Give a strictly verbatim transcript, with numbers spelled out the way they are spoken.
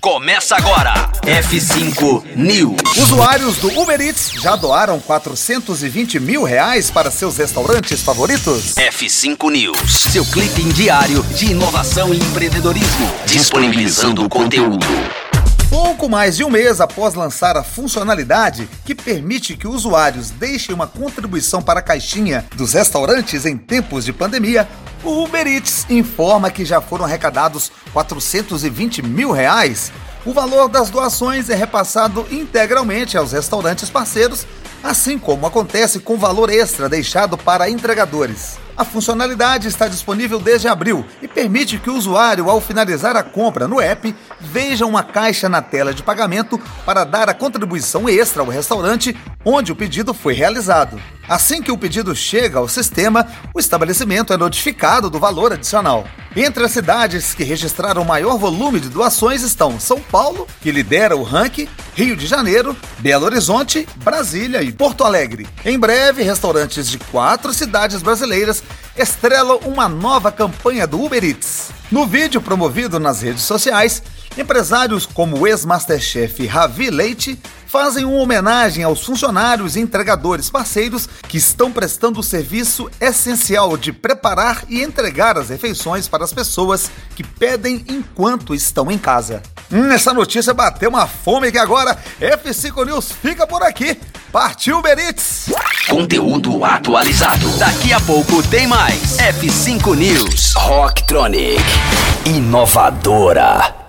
começa agora. F cinco News. Usuários do Uber Eats já doaram quatrocentos e vinte mil reais para seus restaurantes favoritos? F cinco News, seu clipe diário de inovação e empreendedorismo, disponibilizando o conteúdo. Pouco mais de um mês após lançar a funcionalidade que permite que usuários deixem uma contribuição para a caixinha dos restaurantes em tempos de pandemia, o Uber Eats informa que já foram arrecadados quatrocentos e vinte mil reais. O valor das doações é repassado integralmente aos restaurantes parceiros, assim como acontece com o valor extra deixado para entregadores. A funcionalidade está disponível desde abril e permite que o usuário, ao finalizar a compra no app, veja uma caixa na tela de pagamento para dar a contribuição extra ao restaurante onde o pedido foi realizado. Assim que o pedido chega ao sistema, o estabelecimento é notificado do valor adicional. Entre as cidades que registraram maior volume de doações estão São Paulo, que lidera o ranking, Rio de Janeiro, Belo Horizonte, Brasília e Porto Alegre. Em breve, restaurantes de quatro cidades brasileiras estrelam uma nova campanha do Uber Eats. No vídeo promovido nas redes sociais, empresários como o ex-masterchef Ravi Leite fazem uma homenagem aos funcionários e entregadores parceiros que estão prestando o serviço essencial de preparar e entregar as refeições para as pessoas que pedem enquanto estão em casa. Hum, essa notícia bateu uma fome que agora F cinco News fica por aqui. Partiu Uber Eats! Conteúdo atualizado. Daqui a pouco tem mais. F cinco News. Rocktronic. Inovadora.